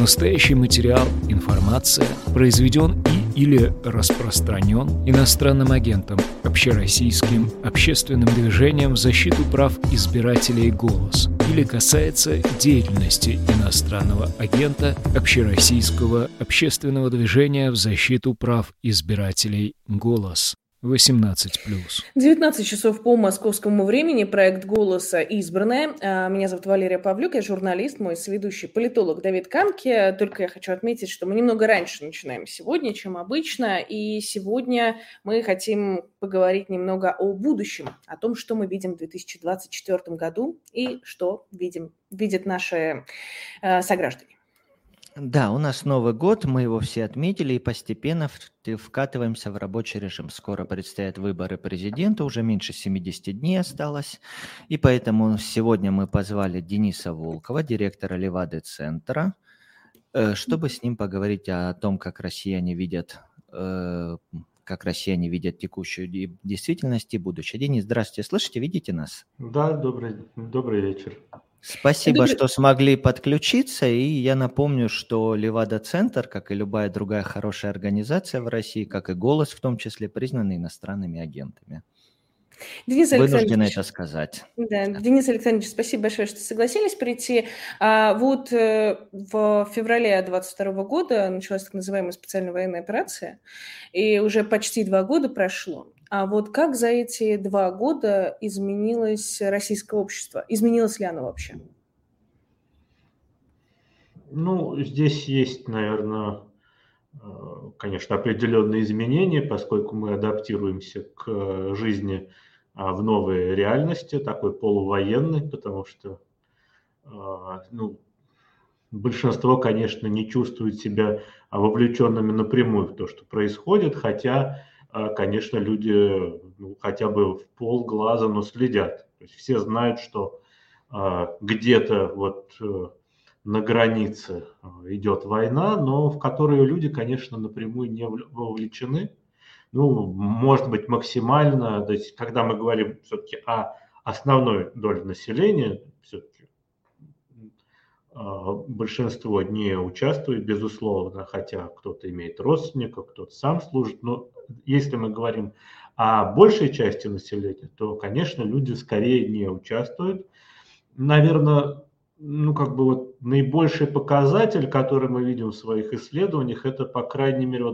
Настоящий материал, информация произведен или распространен иностранным агентом, общероссийским общественным движением в защиту прав избирателей «Голос» или касается деятельности иностранного агента общероссийского общественного движения в защиту прав избирателей «Голос». 18+. 19 часов по московскому времени. Проект «Голоса. Избранное». Меня зовут Валерия Павлюк, я журналист, мой соведущий политолог Давид Камки. Только я хочу отметить, что мы немного раньше начинаем сегодня, чем обычно. И сегодня мы хотим поговорить немного о будущем, о том, что мы видим в 2024 году и что видят наши сограждане. Да, у нас Новый год, мы его все отметили и постепенно вкатываемся в рабочий режим. Скоро предстоят выборы президента, уже меньше 70 дней осталось. И поэтому сегодня мы позвали Дениса Волкова, директора Левады-центра, чтобы с ним поговорить о том, как россияне видят текущую действительность и будущее. Денис, здравствуйте, слышите, видите нас? Да, добрый вечер. Спасибо, что смогли подключиться, и я напомню, что Левада-центр, как и любая другая хорошая организация в России, как и «Голос» в том числе, признаны иностранными агентами. Вынуждены это сказать. Да, Денис Александрович, спасибо большое, что согласились прийти. В феврале 2022 года началась так называемая специальная военная операция, и уже почти 2 года прошло. А вот как за эти 2 года изменилось российское общество? Изменилось ли оно вообще? Здесь есть, наверное, конечно, определенные изменения, поскольку мы адаптируемся к жизни в новой реальности, такой полувоенной, потому что большинство, конечно, не чувствует себя вовлеченными напрямую в то, что происходит, хотя, конечно, люди хотя бы в полглаза, но следят. То есть все знают, что где-то на границе идет война, но в которую люди, конечно, напрямую не вовлечены. Может быть, максимально, то есть, когда мы говорим все-таки о основной доле населения, все-таки большинство не участвует, безусловно, хотя кто-то имеет родственников, кто-то сам служит. Но если мы говорим о большей части населения, то, конечно, люди скорее не участвуют. Наверное, наибольший показатель, который мы видим в своих исследованиях, это, по крайней мере,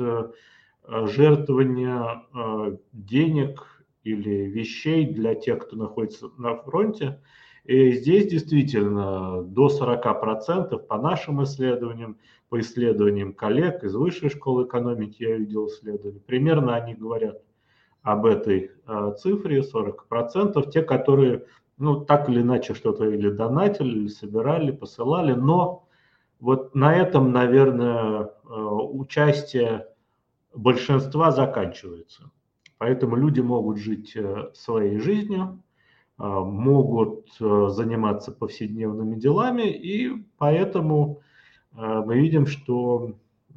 жертвование денег или вещей для тех, кто находится на фронте. И здесь действительно до 40% по нашим исследованиям, по исследованиям коллег из Высшей школы экономики, я видел исследования, примерно они говорят об этой цифре, 40%, те, которые так или иначе что-то или донатили, или собирали, посылали, но вот на этом, наверное, участие большинства заканчивается. Поэтому люди могут жить своей жизнью, могут заниматься повседневными делами, и поэтому мы видим, что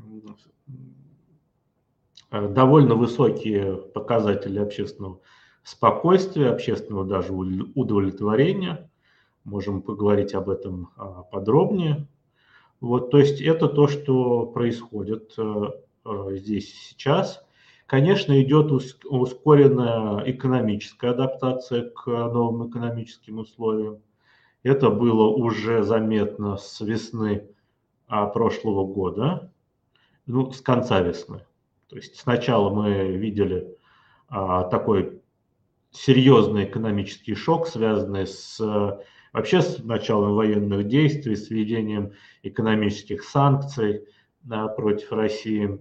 довольно высокие показатели общественного спокойствия, общественного даже удовлетворения. Можем поговорить об этом подробнее. То есть это то, что происходит здесь сейчас. Конечно, идет ускоренная экономическая адаптация к новым экономическим условиям. Это было уже заметно с весны прошлого года, с конца весны. То есть сначала мы видели такой серьезный экономический шок, связанный вообще с началом военных действий, с введением экономических санкций против России.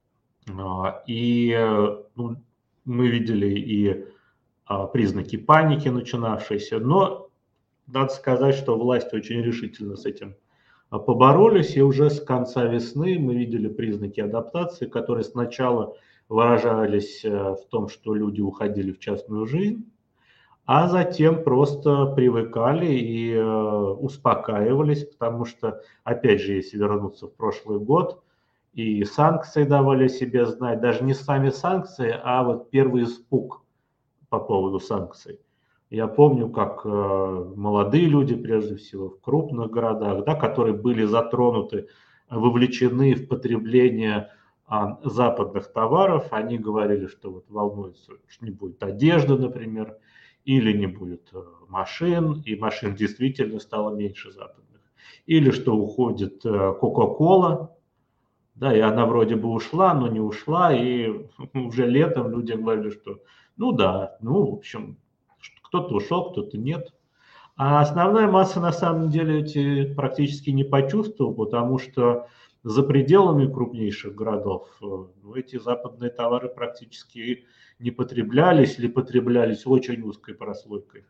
И мы видели и признаки паники начинавшейся, но надо сказать, что власти очень решительно с этим поборолись, и уже с конца весны мы видели признаки адаптации, которые сначала выражались в том, что люди уходили в частную жизнь, а затем просто привыкали и успокаивались, потому что, опять же, если вернуться в прошлый год, и санкции давали себе знать, даже не сами санкции, а первый испуг по поводу санкций. Я помню, как молодые люди, прежде всего, в крупных городах, да, которые были затронуты, вовлечены в потребление западных товаров, они говорили, что вот волнуются, что не будет одежды, например, или не будет машин, и машин действительно стало меньше западных, или что уходит Coca-Cola, да, и она вроде бы ушла, но не ушла, и уже летом люди говорили, что ну да, ну, в общем, кто-то ушел, кто-то нет. А основная масса на самом деле эти практически не почувствовала, потому что за пределами крупнейших городов эти западные товары практически не потреблялись или потреблялись очень узкой прослойкой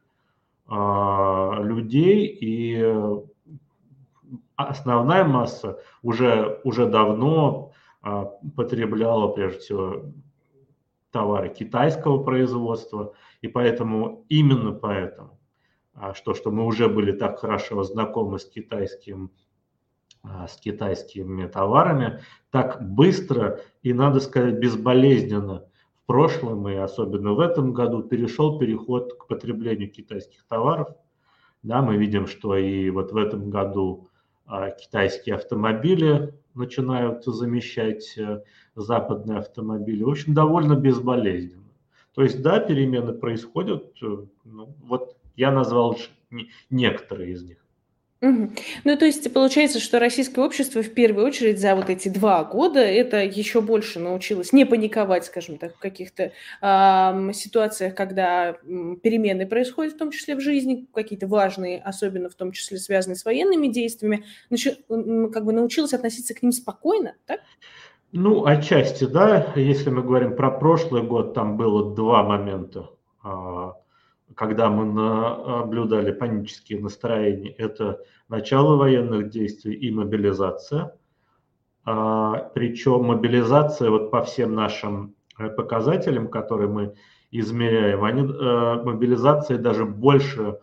людей, и основная масса уже давно потребляла прежде всего товары китайского производства, и поэтому, именно поэтому, что мы уже были так хорошо знакомы с китайскими товарами, так быстро и, надо сказать, безболезненно в прошлом и особенно в этом году перешел переход к потреблению китайских товаров. Да, мы видим, что и вот в этом году китайские автомобили начинают замещать западные автомобили. В общем, довольно безболезненно. То есть, да, перемены происходят. Ну, вот я назвал некоторые из них. Мгм. Ну, то есть получается, что российское общество в первую очередь за вот эти 2 года это еще больше научилось не паниковать, скажем так, в каких-то ситуациях, когда перемены происходят, в том числе в жизни, какие-то важные, особенно в том числе связанные с военными действиями, как бы научилось относиться к ним спокойно, так? Ну, отчасти, да. Если мы говорим про прошлый год, там было 2 момента, когда мы наблюдали панические настроения. Это начало военных действий и мобилизация. Причем мобилизация вот по всем нашим показателям, которые мы измеряем, мобилизация даже больше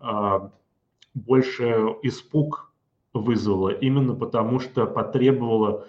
испуг вызвала, именно потому что потребовала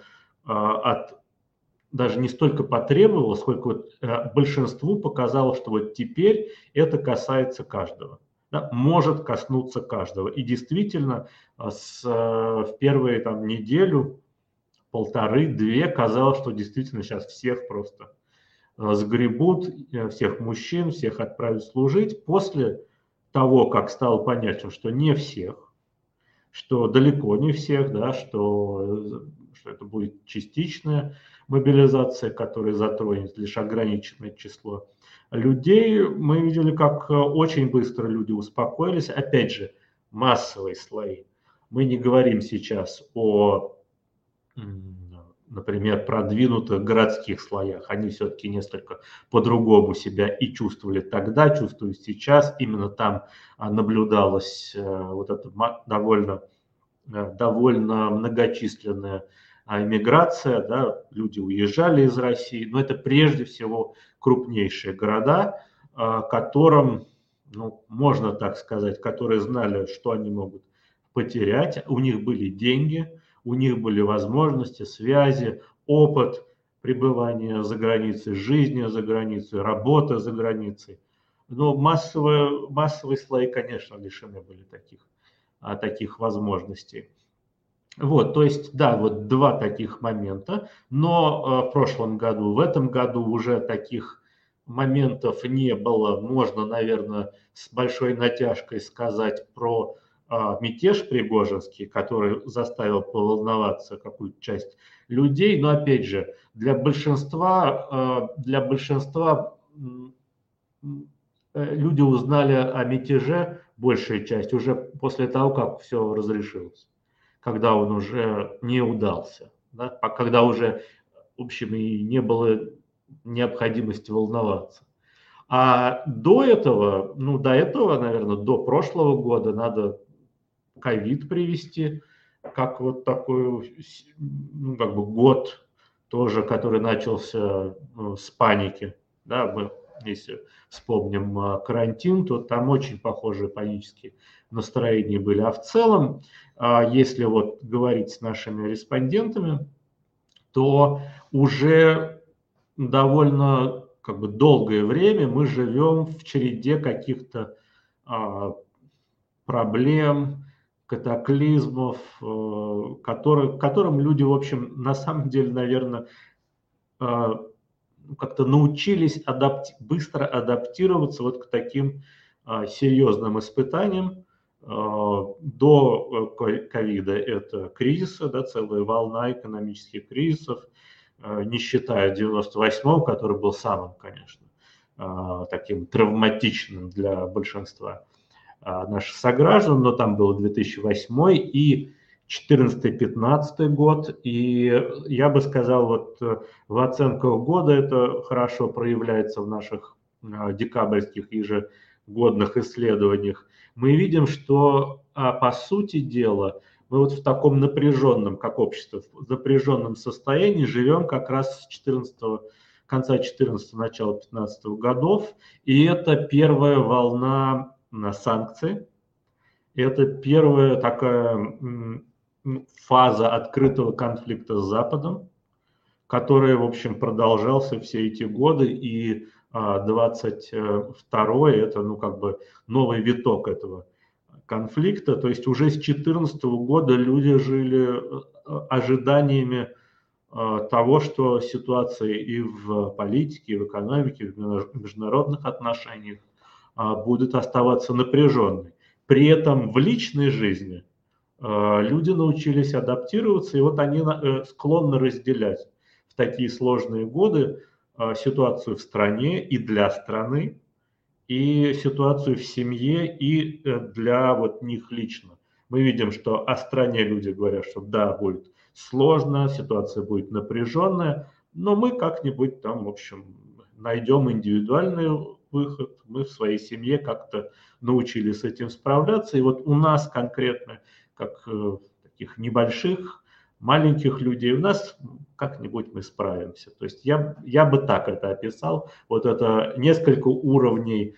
даже не столько потребовало, сколько вот большинству показалось, что вот теперь это касается каждого, да, может коснуться каждого. И действительно, в первые там неделю, полторы-две казалось, что действительно сейчас всех просто сгребут, всех мужчин, всех отправят служить. После того, как стало понятно, что не всех, что далеко не всех, да, что это будет частичная мобилизация, которая затронет лишь ограниченное число людей, мы видели, как очень быстро люди успокоились. Опять же, массовые слои. Мы не говорим сейчас о, например, продвинутых городских слоях. Они все-таки несколько по-другому себя и чувствовали тогда, чувствуют сейчас. Именно там наблюдалась вот эта довольно многочисленная миграция, да, люди уезжали из России, но это прежде всего крупнейшие города, которым, ну, можно так сказать, которые знали, что они могут потерять, у них были деньги, у них были возможности, связи, опыт пребывания за границей, жизни за границей, работа за границей. Но массовые слои, конечно, лишены были таких возможностей. Вот, то есть, да, вот 2 таких момента, но в этом году уже таких моментов не было. Можно, наверное, с большой натяжкой сказать про мятеж Пригожинский, который заставил поволноваться какую-то часть людей, но опять же, для большинства люди узнали о мятеже, большая часть, уже после того, как все разрешилось, когда он уже не удался, да, когда уже, в общем, и не было необходимости волноваться. А до этого, наверное, до прошлого года надо ковид привести, как вот такой, ну, как бы год тоже, который начался с паники, да, мы, если вспомним карантин, то там очень похожие панические настроения были. А в целом, если вот говорить с нашими респондентами, то уже довольно как бы долгое время мы живем в череде каких-то проблем, катаклизмов, которым люди, в общем, на самом деле, наверное, как-то научились быстро адаптироваться вот к таким серьезным испытаниям. До ковида это кризисы, да, целая волна экономических кризисов, не считая 98-го, который был самым, конечно, таким травматичным для большинства наших сограждан, но там был 2008 и 2014-2015 год, и я бы сказал, вот в оценках года это хорошо проявляется в наших декабрьских ежегодных исследованиях. Мы видим, что по сути дела мы вот в таком напряженном, как общество, в напряженном состоянии живем как раз с конца 14 начала 15 годов, и это первая волна санкций, это первая такая фаза открытого конфликта с Западом, который, в общем, продолжался все эти годы, и 22-й это, ну, как бы новый виток этого конфликта, то есть уже с 2014 года люди жили ожиданиями того, что ситуация и в политике, и в экономике, и в международных отношениях будет оставаться напряженной. При этом в личной жизни люди научились адаптироваться, и вот они склонны разделять в такие сложные годы ситуацию в стране и для страны, и ситуацию в семье и для вот них лично. Мы видим, что о стране люди говорят, что да, будет сложно, ситуация будет напряженная, но мы как-нибудь там, в общем, найдем индивидуальный выход, мы в своей семье как-то научились с этим справляться, и вот у нас конкретно, как таких небольших, маленьких людей, у нас как-нибудь мы справимся. То есть я бы так это описал, вот это несколько уровней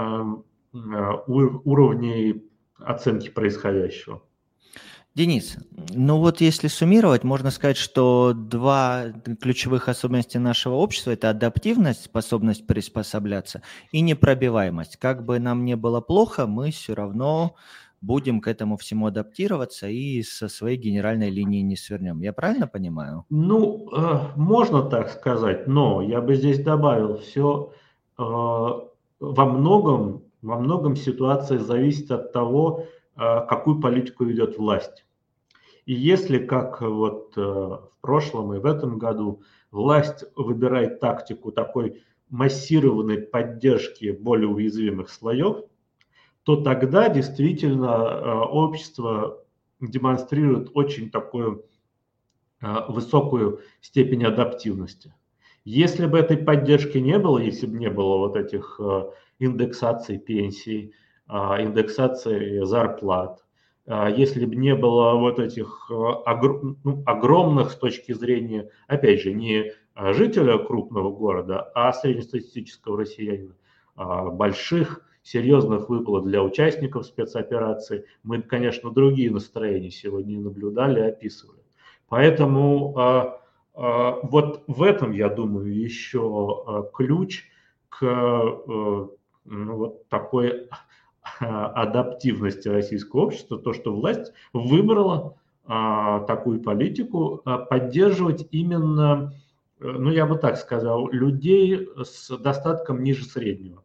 оценки происходящего. Денис, ну вот если суммировать, можно сказать, что два ключевых особенности нашего общества – это адаптивность, способность приспосабляться, и непробиваемость. Как бы нам не было плохо, мы все равно будем к этому всему адаптироваться и со своей генеральной линии не свернем. Я правильно понимаю? Ну, можно так сказать, но я бы здесь добавил, все во многом ситуация зависит от того, какую политику ведет власть. И если, как вот в прошлом и в этом году, власть выбирает тактику такой массированной поддержки более уязвимых слоев, то тогда действительно общество демонстрирует очень такую высокую степень адаптивности. Если бы этой поддержки не было, если бы не было вот этих индексаций пенсий, индексации зарплат, если бы не было вот этих огромных с точки зрения, опять же, не жителя крупного города, а среднестатистического россиянина, больших серьезных выплат для участников спецоперации, мы, конечно, другие настроения сегодня наблюдали и описывали. Поэтому вот в этом, я думаю, еще ключ к вот такой адаптивности российского общества, то, что власть выбрала такую политику поддерживать именно, ну я бы так сказал, людей с достатком ниже среднего.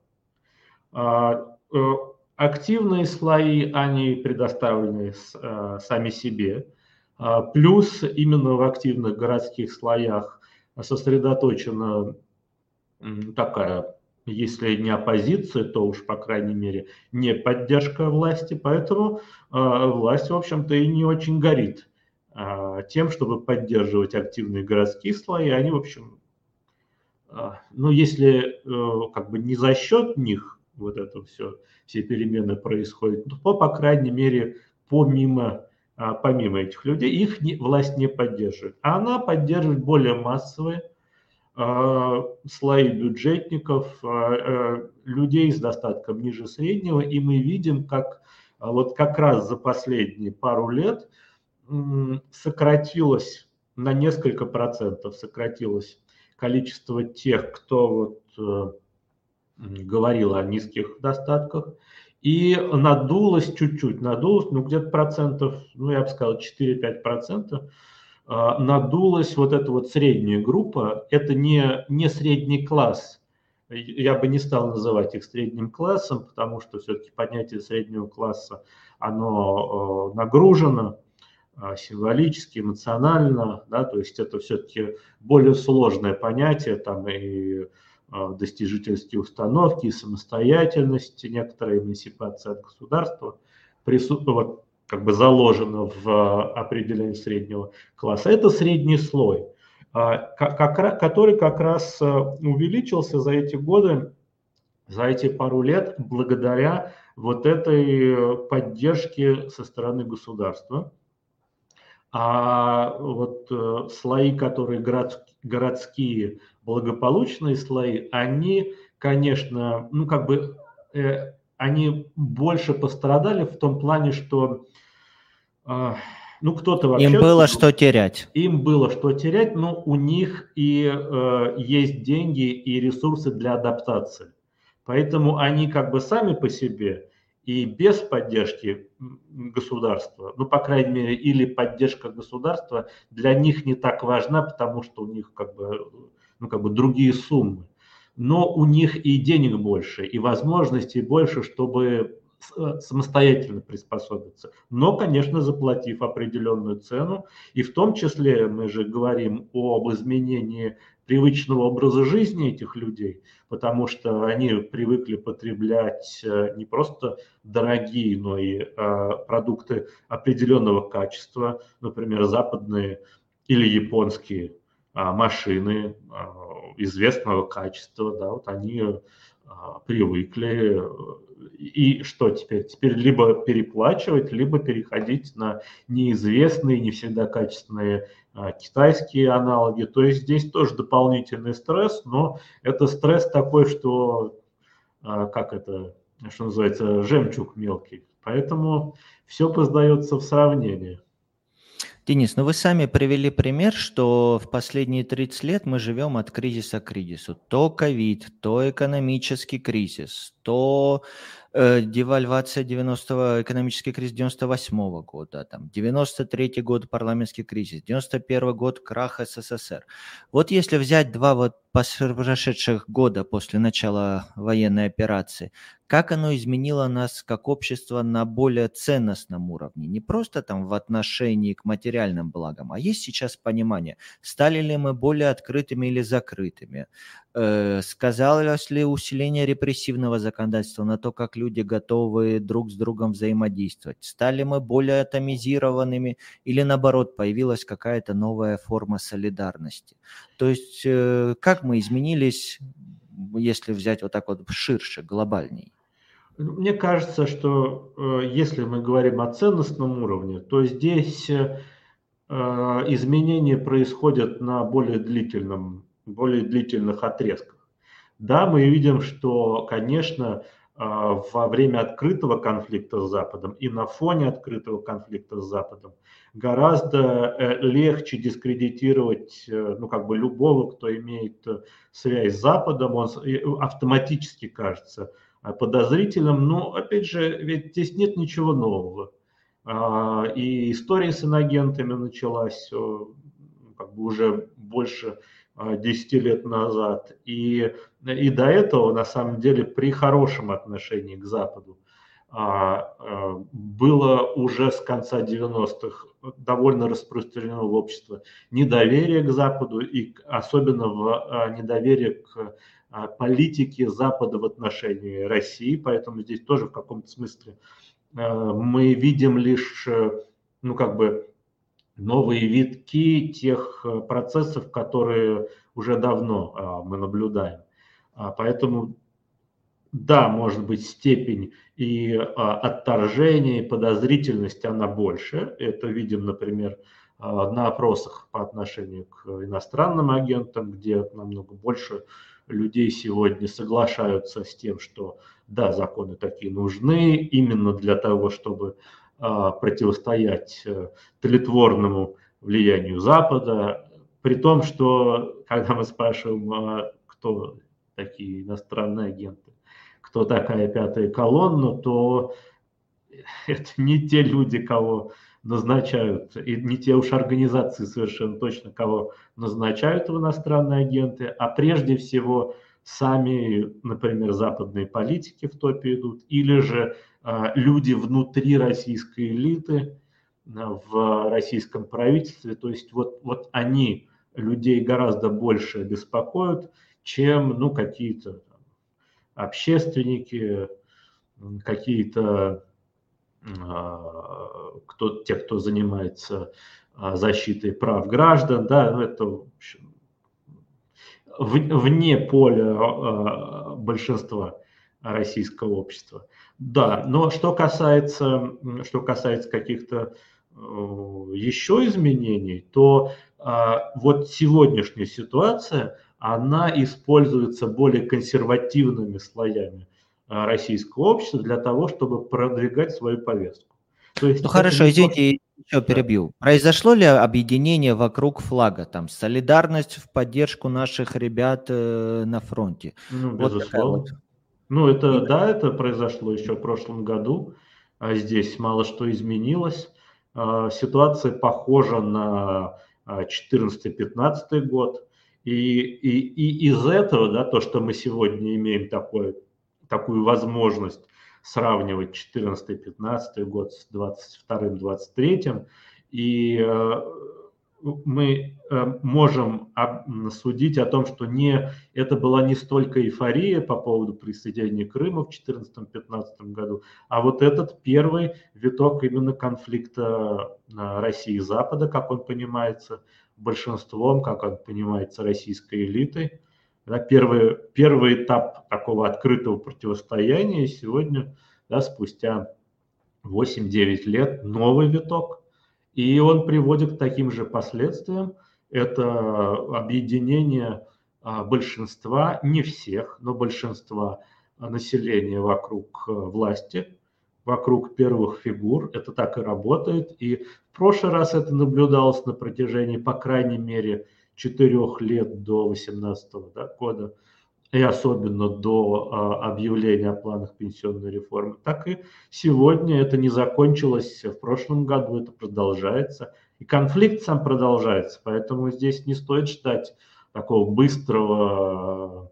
Активные слои, они предоставлены сами себе, плюс именно в активных городских слоях сосредоточена такая, если не оппозиция, то уж, по крайней мере, не поддержка власти. Поэтому власть, в общем-то, и не очень горит тем, чтобы поддерживать активные городские слои. Они, в общем, ну, если как бы не за счет них вот это все перемены происходят, то, по крайней мере, помимо этих людей, их власть не поддерживает. А она поддерживает более массовые слои бюджетников, людей с достатком ниже среднего, и мы видим, как вот как раз за последние пару лет сократилось на несколько процентов, сократилось количество тех, кто вот говорил о низких достатках, И надулось чуть-чуть, надулось, ну где-то процентов, ну я бы сказал 4-5%, надулась вот эта вот средняя группа. Это не средний класс, я бы не стал называть их средним классом, потому что все-таки понятие среднего класса, оно нагружено символически, эмоционально, да, то есть это все-таки более сложное понятие, там и достижительские установки, и самостоятельность, некоторая эмансипация от государства вот, как бы заложена в определении среднего класса. Это средний слой, который как раз увеличился за эти годы, за эти пару лет благодаря вот этой поддержке со стороны государства. А вот слои, которые городские, благополучные слои, они, конечно, ну как бы, они больше пострадали в том плане, что, ну кто-то вообще... Им было что терять. Им было что терять, но у них и есть деньги и ресурсы для адаптации. Поэтому они как бы сами по себе и без поддержки государства, ну, по крайней мере, или поддержка государства для них не так важна, потому что у них как бы, ну, как бы другие суммы. Но у них и денег больше, и возможностей больше, чтобы самостоятельно приспособиться. Но, конечно, заплатив определенную цену. И в том числе мы же говорим об изменении привычного образа жизни этих людей, потому что они привыкли потреблять не просто дорогие, но и продукты определенного качества, например, западные или японские машины известного качества, да, вот они привыкли. И что теперь? Теперь либо переплачивать, либо переходить на неизвестные, не всегда качественные китайские аналоги. То есть здесь тоже дополнительный стресс, но это стресс такой, что, как это, что называется, жемчуг мелкий. Поэтому все познается в сравнении. Денис, ну вы сами привели пример, что в последние 30 лет мы живем от кризиса к кризису. То ковид, то экономический кризис, то девальвация экономический кризис 98 года, там, 93 год парламентский кризис, 91 год крах СССР. Вот если взять два вот прошедших года после начала военной операции, как оно изменило нас как общество на более ценностном уровне, не просто там в отношении к материальным благам, а есть сейчас понимание, стали ли мы более открытыми или закрытыми, сказалось ли усиление репрессивного законодательства на то, как люди готовы друг с другом взаимодействовать, стали мы более атомизированными или наоборот появилась какая-то новая форма солидарности. То есть как мы изменились, если взять вот так вот ширше, глобальней? Мне кажется, что если мы говорим о ценностном уровне, то здесь изменения происходят на более длительных отрезках. Да, мы видим, что, конечно, во время открытого конфликта с Западом и на фоне открытого конфликта с Западом гораздо легче дискредитировать, ну, как бы любого, кто имеет связь с Западом, он автоматически кажется подозрительным, но, опять же, ведь здесь нет ничего нового. И история с иноагентами началась как бы уже больше 10 лет назад. И до этого, на самом деле, при хорошем отношении к Западу было уже с конца 90-х довольно распространено в обществе недоверие к Западу и особенно недоверие к политике Запада в отношении России. Поэтому здесь тоже в каком-то смысле мы видим лишь, ну, как бы новые витки тех процессов, которые уже давно мы наблюдаем. Поэтому, да, может быть, степень и отторжения, и подозрительности, она больше. Это видим, например, на опросах по отношению к иностранным агентам, где намного больше людей сегодня соглашаются с тем, что да, законы такие нужны именно для того, чтобы противостоять тлетворному влиянию Запада, при том, что когда мы спрашиваем, кто такие иностранные агенты, кто такая пятая колонна, то это не те люди, кого назначают, и не те уж организации совершенно точно, кого назначают в иностранные агенты, а прежде всего сами, например, западные политики в топе идут, или же люди внутри российской элиты, в российском правительстве. То есть вот они людей гораздо больше беспокоят, чем какие-то общественники, какие-то те, кто занимается защитой прав граждан, да, это в общем, вне поля большинства российского общества. Да, но что касается каких-то еще изменений, то вот сегодняшняя ситуация, она используется более консервативными слоями российского общества для того, чтобы продвигать свою повестку. То есть хорошо, извините, еще перебью. Произошло ли объединение вокруг флага, там, солидарность в поддержку наших ребят на фронте? Безусловно. Это произошло еще в прошлом году. Здесь мало что изменилось. Ситуация похожа на 2014-2015 год. И из этого, да, то, что мы сегодня имеем такую возможность сравнивать 2014-2015 год с 2022-2023, и мы можем судить о том, что это была не столько эйфория по поводу присоединения Крыма в 2014-2015 году, а вот этот первый виток именно конфликта России и Запада, как он понимается большинством, как он понимается российской элитой. Да, первый этап такого открытого противостояния сегодня, да, спустя 8-9 лет, новый виток. И он приводит к таким же последствиям. Это объединение большинства, не всех, но большинства населения вокруг власти, вокруг первых фигур. Это так и работает. И в прошлый раз это наблюдалось на протяжении, по крайней мере, 4 лет до 2018 года, и особенно до объявления о планах пенсионной реформы, так и сегодня это не закончилось в прошлом году, это продолжается. И конфликт сам продолжается, поэтому здесь не стоит ждать такого быстрых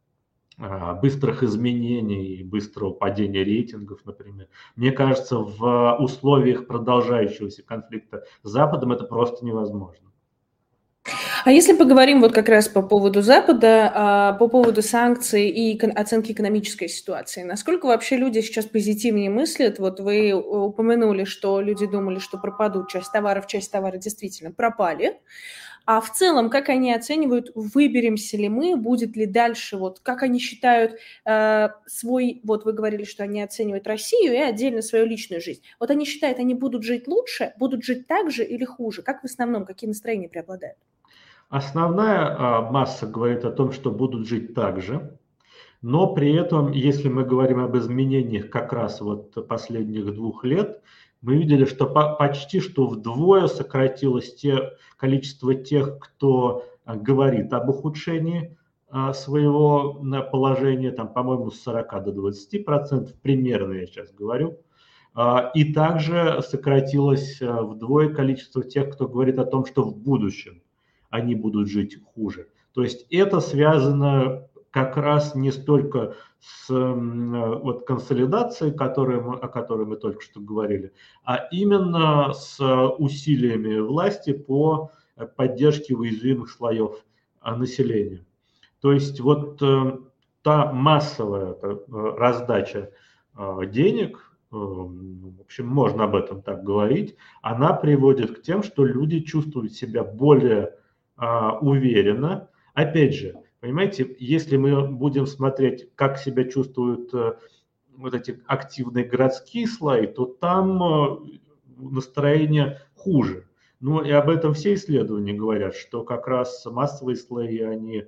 изменений, быстрого падения рейтингов, например. Мне кажется, в условиях продолжающегося конфликта с Западом это просто невозможно. А если поговорим вот как раз по поводу Запада, по поводу санкций и оценки экономической ситуации, насколько вообще люди сейчас позитивнее мыслят? Вот вы упомянули, что люди думали, что пропадут часть товаров действительно пропали. А в целом, как они оценивают, выберемся ли мы, будет ли дальше, вот как они считают вот вы говорили, что они оценивают Россию и отдельно свою личную жизнь. Вот они считают, они будут жить лучше, будут жить так же или хуже? Как в основном, какие настроения преобладают? Основная масса говорит о том, что будут жить так же, но при этом, если мы говорим об изменениях как раз вот последних 2 лет, мы видели, что почти что вдвое сократилось количество тех, кто говорит об ухудшении своего положения, там, по-моему, с 40 до 20%, примерно я сейчас говорю. И также сократилось вдвое количество тех, кто говорит о том, что в будущем они будут жить хуже. То есть это связано как раз не столько с вот консолидацией, о которой мы только что говорили, а именно с усилиями власти по поддержке уязвимых слоев населения. То есть вот та массовая раздача денег, в общем, можно об этом так говорить, она приводит к тем, что люди чувствуют себя более уверенно. Опять же, понимаете, если мы будем смотреть, как себя чувствуют вот эти активные городские слои, то там настроение хуже. Ну и об этом все исследования говорят, что как раз массовые слои, они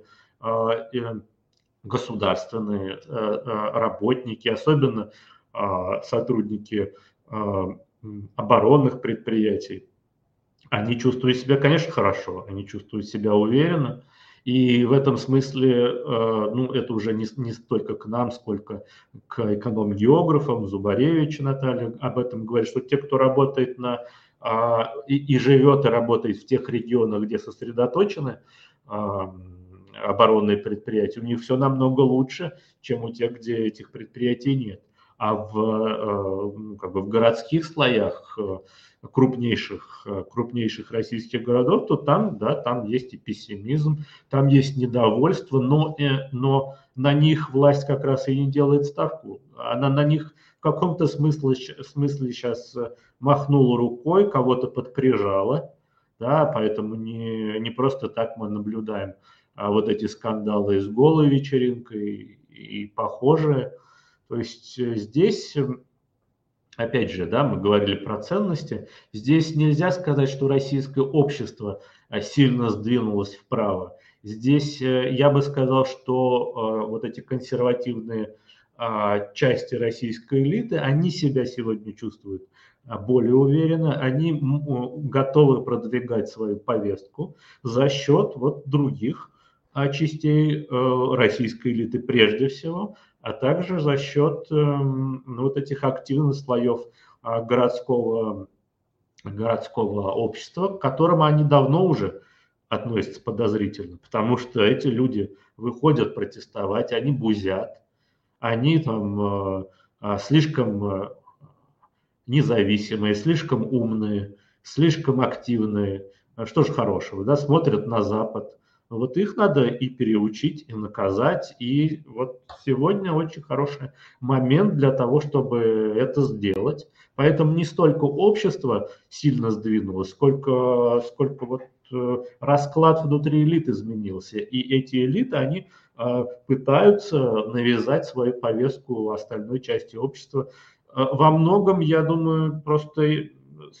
государственные работники, особенно сотрудники оборонных предприятий, они чувствуют себя, конечно, хорошо, они чувствуют себя уверенно, И в этом смысле, ну, это уже не столько к нам, сколько к эконом-географам. Зубаревич Наталья об этом говорит, что те, кто работает и живет, и работает в тех регионах, где сосредоточены оборонные предприятия, у них все намного лучше, чем у тех, где этих предприятий нет. А в городских слоях крупнейших российских городов, то там, да, там есть и пессимизм, там есть недовольство, но на них власть как раз и не делает ставку. Она на них в каком-то смысле сейчас махнула рукой, кого-то подприжала, да, поэтому не просто так мы наблюдаем вот эти скандалы с голой вечеринкой и похожие. То есть здесь, опять же, да, мы говорили про ценности, здесь нельзя сказать, что российское общество сильно сдвинулось вправо. Здесь я бы сказал, что вот эти консервативные части российской элиты, они себя сегодня чувствуют более уверенно, они готовы продвигать свою повестку за счет вот других частей российской элиты прежде всего, а также за счет вот этих активных слоев городского общества, к которым они давно уже относятся подозрительно, потому что эти люди выходят протестовать, они бузят, они там слишком независимые, слишком умные, слишком активные. Что ж хорошего, да, смотрят на Запад. Вот их надо и переучить, и наказать. И вот сегодня очень хороший момент для того, чтобы это сделать. Поэтому не столько общество сильно сдвинулось, сколько вот расклад внутри элит изменился. И эти элиты, они пытаются навязать свою повестку остальной части общества. Во многом, я думаю, просто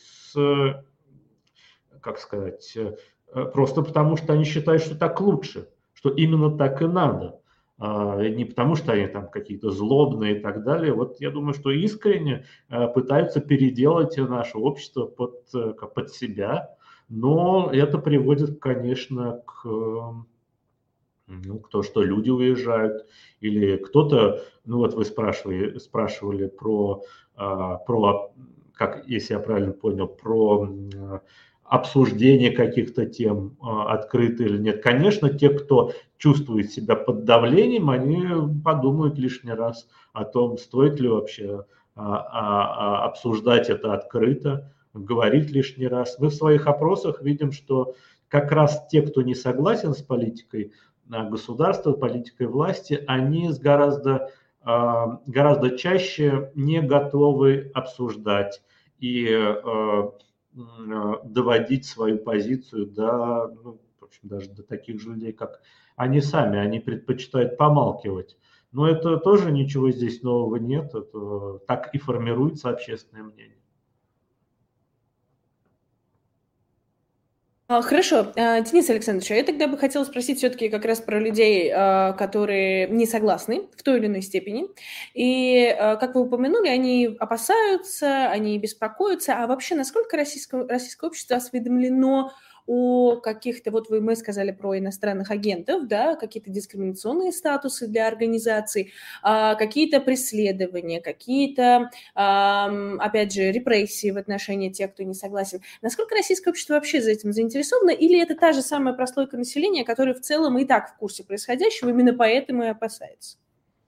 просто потому, что они считают, что так лучше, что именно так и надо. Не потому, что они там какие-то злобные и так далее. Вот я думаю, что искренне пытаются переделать наше общество под себя, но это приводит, конечно, к тому, что люди уезжают, или кто-то, ну вот вы спрашивали про, как, если я правильно понял, про обсуждение каких-то тем, открыто или нет. Конечно, те, кто чувствует себя под давлением, они подумают лишний раз о том, стоит ли вообще обсуждать это открыто, говорить лишний раз. Мы в своих опросах видим, что как раз те, кто не согласен с политикой государства, политикой власти, они гораздо чаще не готовы обсуждать и доводить свою позицию до, ну, в общем, даже до таких же людей, как они сами. Они предпочитают помалкивать. Но это тоже ничего здесь нового нет. Это так и формируется общественное мнение. Хорошо, Денис Александрович, я тогда бы хотела спросить все-таки как раз про людей, которые не согласны в той или иной степени. И, как вы упомянули, они опасаются, они беспокоятся. А вообще, насколько российское общество осведомлено о каких-то, вот мы сказали про иностранных агентов, да, какие-то дискриминационные статусы для организаций, какие-то преследования, какие-то, опять же, репрессии в отношении тех, кто не согласен. Насколько российское общество вообще за этим заинтересовано, или это та же самая прослойка населения, которая в целом и так в курсе происходящего, именно поэтому и опасается?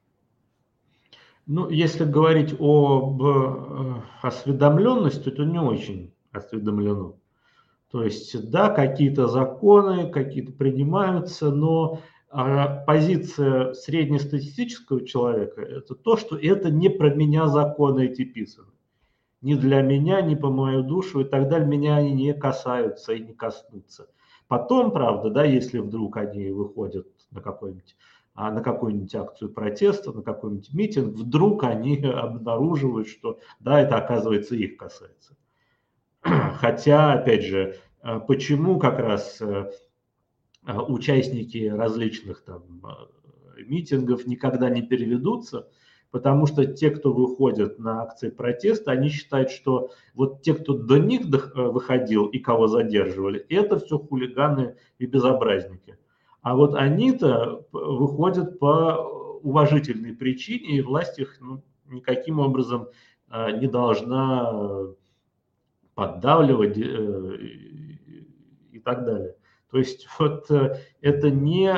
Ну, если говорить об осведомленности, то не очень осведомлено. То есть, да, какие-то законы, какие-то принимаются, но позиция среднестатистического человека – это то, что это не про меня законы эти писаны. Ни для меня, ни по мою душу и так далее, меня они не касаются и не коснутся. Потом, правда, да, если вдруг они выходят на какую-нибудь акцию протеста, на какой-нибудь митинг, вдруг они обнаруживают, что да, это оказывается их касается. Хотя, опять же, почему как раз участники различных там митингов никогда не переведутся? Потому что те, кто выходят на акции протеста, они считают, что вот те, кто до них выходил и кого задерживали, это все хулиганы и безобразники. А вот они-то выходят по уважительной причине, и власть их никаким образом не должна поддавливать и так далее. То есть вот это не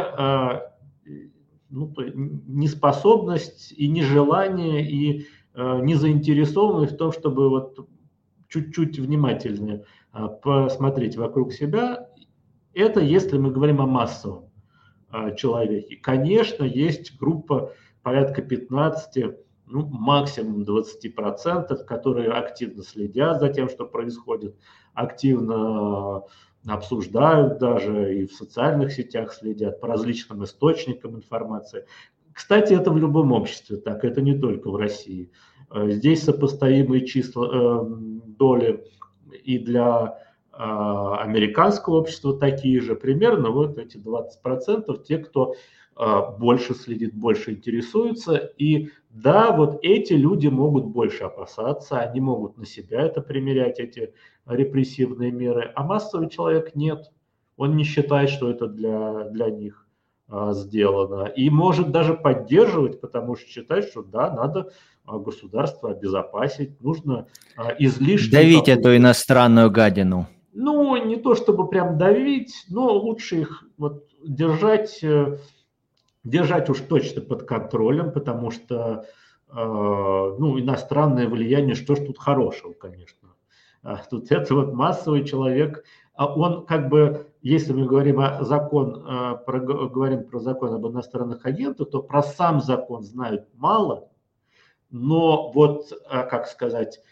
неспособность и нежелание, и незаинтересованность в том, чтобы вот чуть-чуть внимательнее посмотреть вокруг себя. Это если мы говорим о массовом человеке. Конечно, есть группа порядка 15, максимум 20%, которые активно следят за тем, что происходит, активно обсуждают даже и в социальных сетях следят по различным источникам информации. Кстати, это в любом обществе так, это не только в России. Здесь сопоставимые числа, доли и для американского общества такие же, примерно вот эти 20%, те, кто больше следит, больше интересуется. И да, вот эти люди могут больше опасаться, они могут на себя это примерять, эти репрессивные меры, а массовый человек нет. Он не считает, что это для них сделано. И может даже поддерживать, потому что считает, что да, надо государство обезопасить, нужно излишне... Давить эту иностранную гадину. Не то чтобы прям давить, но лучше их вот держать уж точно под контролем, потому что иностранное влияние, что ж тут хорошего, конечно. Тут это вот массовый человек, он как бы, если мы говорим говорим про закон об иностранных агентах, то про сам закон знают мало, но вот, как сказать,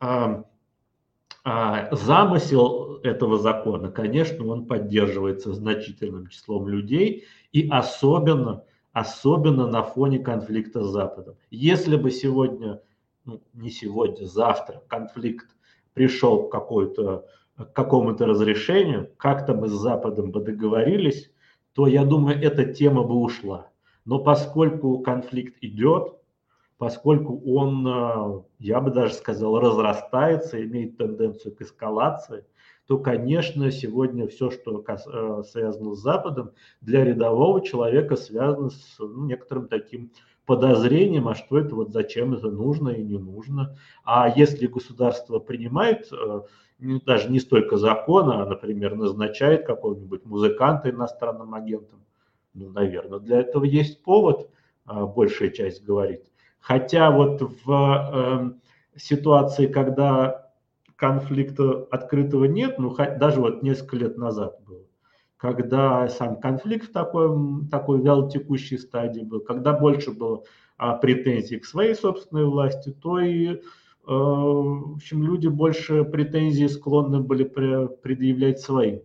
замысел этого закона, конечно, он поддерживается значительным числом людей, и особенно на фоне конфликта с Западом. Если бы сегодня, не сегодня, завтра конфликт пришел к какому-то разрешению, как-то мы с Западом бы договорились, то, я думаю, эта тема бы ушла. Но поскольку конфликт идет, поскольку он, я бы даже сказал, разрастается, имеет тенденцию к эскалации, то, конечно, сегодня все, что связано с Западом, для рядового человека связано с некоторым таким подозрением, а что это, вот зачем это нужно и не нужно. А если государство принимает даже не столько закона, а, например, назначает какого-нибудь музыканта иностранным агентом, наверное, для этого есть повод, большая часть говорит. Хотя вот в ситуации, когда конфликта открытого нет, даже вот несколько лет назад было, когда сам конфликт в такой вялотекущей стадии был, когда больше было претензий к своей собственной власти, то и, в общем, люди больше претензий склонны были предъявлять своим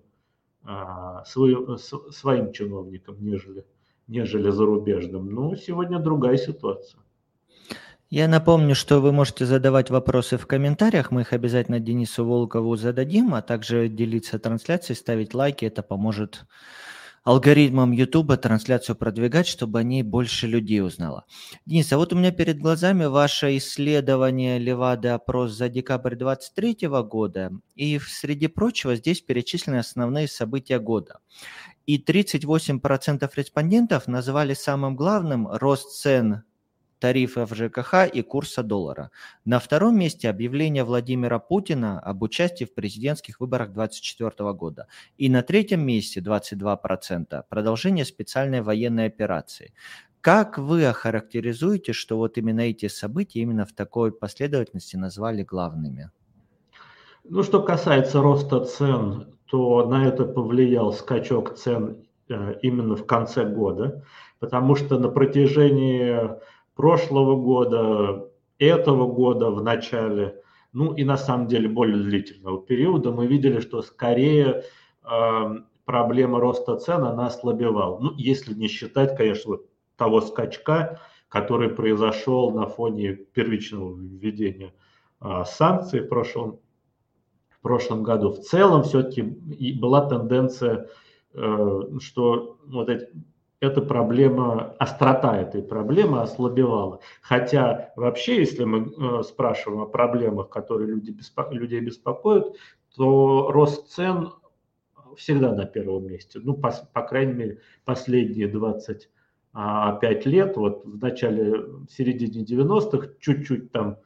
чиновникам, нежели зарубежным. Сегодня другая ситуация. Я напомню, что вы можете задавать вопросы в комментариях, мы их обязательно Денису Волкову зададим, а также делиться трансляцией, ставить лайки, это поможет алгоритмам YouTube трансляцию продвигать, чтобы о ней больше людей узнало. Денис, а вот у меня перед глазами ваше исследование Левады-опрос за декабрь 2023 года, и среди прочего здесь перечислены основные события года. И 38% респондентов назвали самым главным рост цен тарифов ЖКХ и курса доллара. На втором месте объявление Владимира Путина об участии в президентских выборах 2024 года. И на третьем месте 22% продолжение специальной военной операции. Как вы охарактеризуете, что вот именно эти события именно в такой последовательности назвали главными? Что касается роста цен, то на это повлиял скачок цен именно в конце года, потому что на протяжении прошлого года, этого года в начале, и на самом деле более длительного периода, мы видели, что скорее проблема роста цен, она ослабевала. Если не считать, конечно, того скачка, который произошел на фоне первичного введения санкций в прошлом году. В целом все-таки была тенденция, что эта проблема, острота этой проблемы ослабевала. Хотя вообще, если мы спрашиваем о проблемах, которые людей беспокоят, то рост цен всегда на первом месте. Ну, по крайней мере, последние 25 лет, вот в середине 90-х чуть-чуть там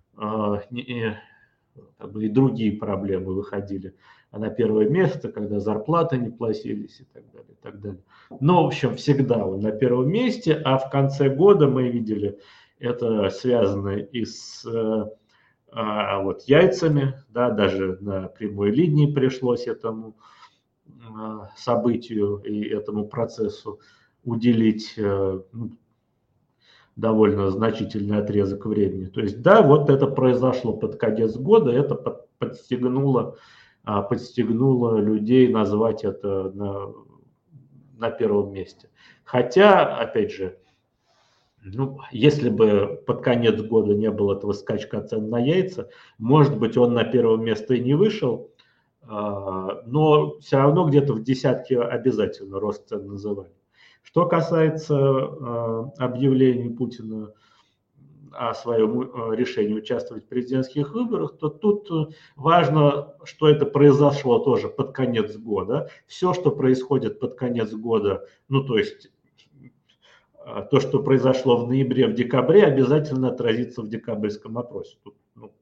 и другие проблемы выходили на первое место, когда зарплаты не платились и так далее, и так далее. Но, в общем, всегда он на первом месте, а в конце года мы видели, это связано и с вот яйцами, да, даже на прямой линии пришлось этому событию и этому процессу уделить довольно значительный отрезок времени. То есть, да, вот это произошло под конец года, это подстегнуло людей назвать это на первом месте. Хотя, опять же, если бы под конец года не было этого скачка цен на яйца, может быть, он на первое место и не вышел, но все равно где-то в десятке обязательно рост цен называли. Что касается объявления Путина о своем решении участвовать в президентских выборах, то тут важно, что это произошло тоже под конец года. Все, что происходит под конец года, то есть то, что произошло в ноябре, в декабре, обязательно отразится в декабрьском опросе. Тут,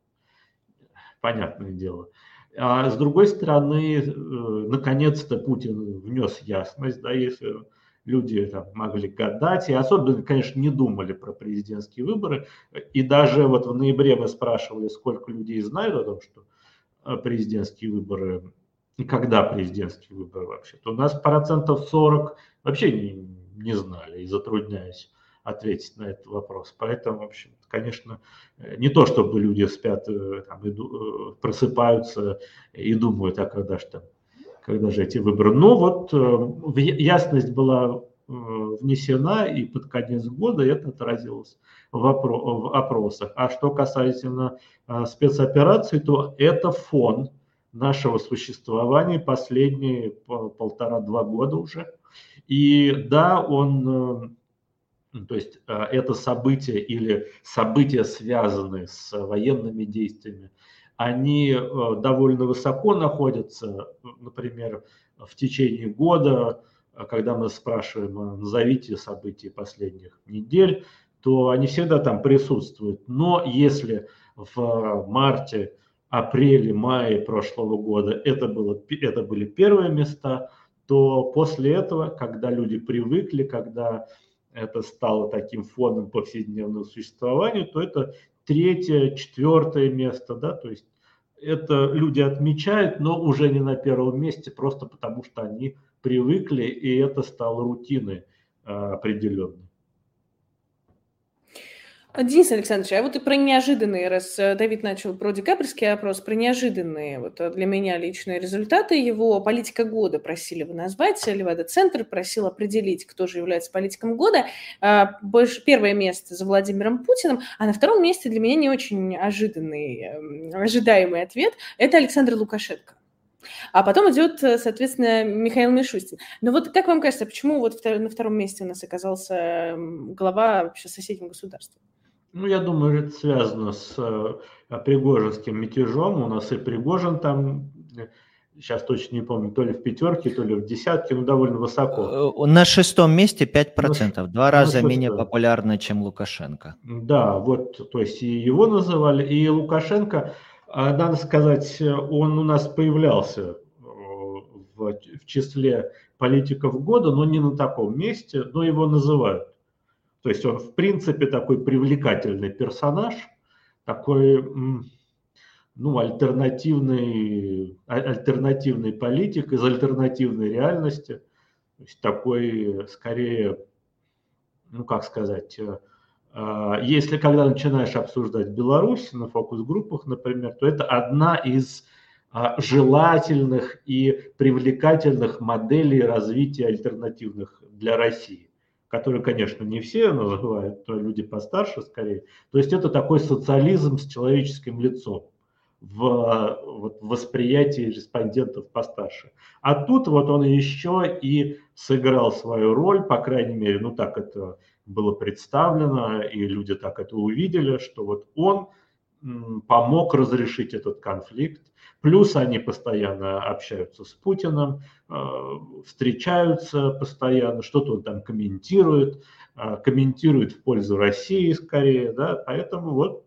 понятное дело. А с другой стороны, наконец-то Путин внес ясность, да, если люди там могли гадать, и особенно, конечно, не думали про президентские выборы. И даже вот в ноябре мы спрашивали, сколько людей знают о том, что президентские выборы, и когда президентские выборы вообще. То у нас 40% вообще не знали и затрудняюсь ответить на этот вопрос. Поэтому, в общем, конечно, не то, чтобы люди спят, там, просыпаются и думают, а когда же эти выборы. Но вот ясность была внесена, и под конец года это отразилось в опросах. А что касательно спецопераций, то это фон нашего существования последние 1,5-2 года уже. И да, то есть это события или события, связанные с военными действиями, они довольно высоко находятся, например, в течение года, когда мы спрашиваем, назовите события последних недель, то они всегда там присутствуют. Но если в марте, апреле, мае прошлого года это были первые места, то после этого, когда люди привыкли, когда это стало таким фоном повседневного существования, то это 3-е, 4-е место, да, то есть это люди отмечают, но уже не на первом месте, просто потому что они привыкли, и это стало рутиной определенной. Денис Александрович, а вот и про неожиданные, раз Давид начал про декабрьский опрос, про неожиданные вот для меня личные результаты его политика года просили вы назвать, Левада-центр просил определить, кто же является политиком года. Первое место за Владимиром Путиным, а на втором месте для меня не очень ожидаемый ответ – это Александр Лукашенко. А потом идет, соответственно, Михаил Мишустин. Но вот как вам кажется, почему вот на втором месте у нас оказался глава вообще соседнего государства? Я думаю, это связано с пригожинским мятежом. У нас и Пригожин там, сейчас точно не помню, то ли в 5-ке, то ли в 10-ке, довольно высоко. На 6-м месте 5%, в 2 раза менее популярно, чем Лукашенко. Да, вот, то есть и его называли, и Лукашенко, надо сказать, он у нас появлялся в числе политиков года, но не на таком месте, но его называют. То есть он, в принципе, такой привлекательный персонаж, такой, альтернативный политик из альтернативной реальности. То есть такой, скорее, если когда начинаешь обсуждать Беларусь на фокус-группах, например, то это одна из желательных и привлекательных моделей развития альтернативных для России, которые, конечно, не все называют, но люди постарше скорее. То есть это такой социализм с человеческим лицом в восприятии респондентов постарше. А тут вот он еще и сыграл свою роль, по крайней мере, так это было представлено, и люди так это увидели, что вот он помог разрешить этот конфликт. Плюс они постоянно общаются с Путиным, встречаются постоянно, что-то он там комментирует в пользу России скорее, да, поэтому вот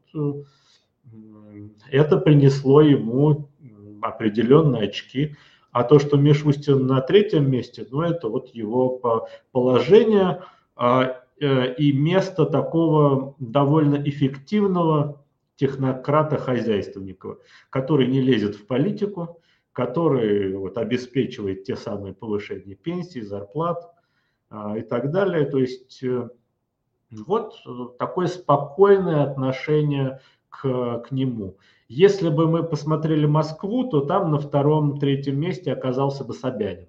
это принесло ему определенные очки. А то, что Мишустин на третьем месте, ну это вот его положение и место такого довольно эффективного технократа-хозяйственника, который не лезет в политику, который вот обеспечивает те самые повышения пенсий, зарплат и так далее. То есть вот такое спокойное отношение к нему. Если бы мы посмотрели Москву, то там на втором-третьем месте оказался бы Собянин.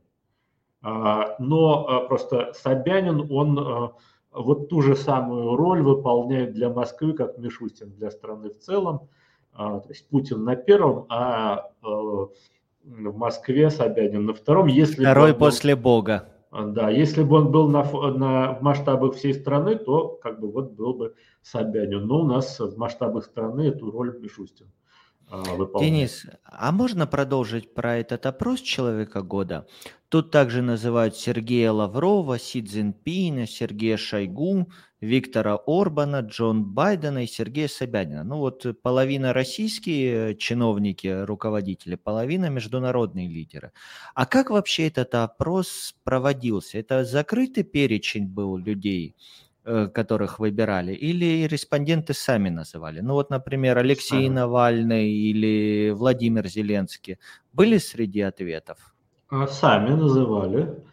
Но просто Собянин, он вот ту же самую роль выполняет для Москвы, как Мишустин для страны в целом. То есть Путин на первом, а в Москве Собянин на втором. Если Второй после Бога. Да, если бы он был в масштабах всей страны, то как бы вот был бы Собянин. Но у нас в масштабах страны эту роль Мишустин выполняет. Денис, а можно продолжить про этот опрос Человека года? Тут также называют Сергея Лаврова, Си Цзиньпина, Сергея Шойгу, Виктора Орбана, Джо Байдена и Сергея Собянина. Ну вот половина российские чиновники, руководители, половина международные лидеры. А как вообще этот опрос проводился? Это закрытый перечень был людей, которых выбирали, или респонденты сами называли? Ну вот, например, Алексей Навальный или Владимир Зеленский были среди ответов? Сами называли.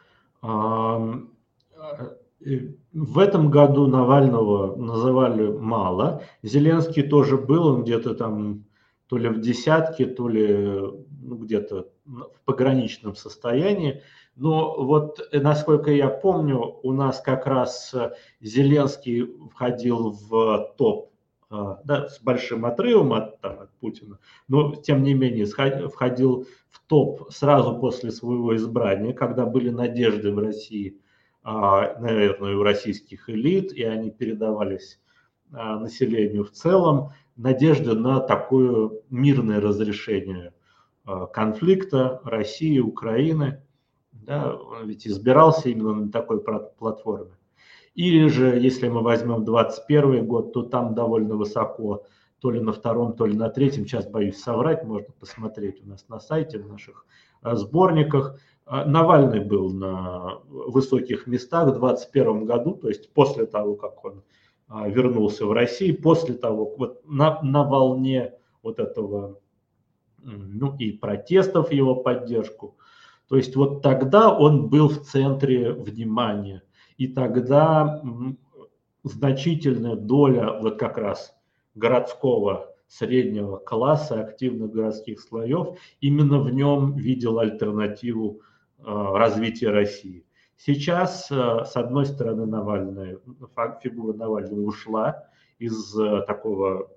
В этом году Навального называли мало. Зеленский тоже был, он где-то там то ли в десятке, то ли где-то в пограничном состоянии. Но вот, насколько я помню, у нас как раз Зеленский входил в топ, да, с большим отрывом от Путина, но тем не менее входил в топ сразу после своего избрания, когда были надежды в России, наверное, у российских элит, и они передавались населению в целом, надежды на такое мирное разрешение конфликта России и Украины. Да, он ведь избирался именно на такой платформе. Или же, если мы возьмем 2021 год, то там довольно высоко, то ли на втором, то ли на третьем, сейчас боюсь соврать, можно посмотреть у нас на сайте, в наших сборниках. Навальный был на высоких местах в 2021 году, то есть после того, как он вернулся в Россию, после того, вот на волне вот этого, ну и протестов в его поддержку. То есть вот тогда он был в центре внимания. И тогда значительная доля вот как раз городского среднего класса, активных городских слоев, именно в нем видел альтернативу развития России. Сейчас, с одной стороны, фигура Навального ушла из такого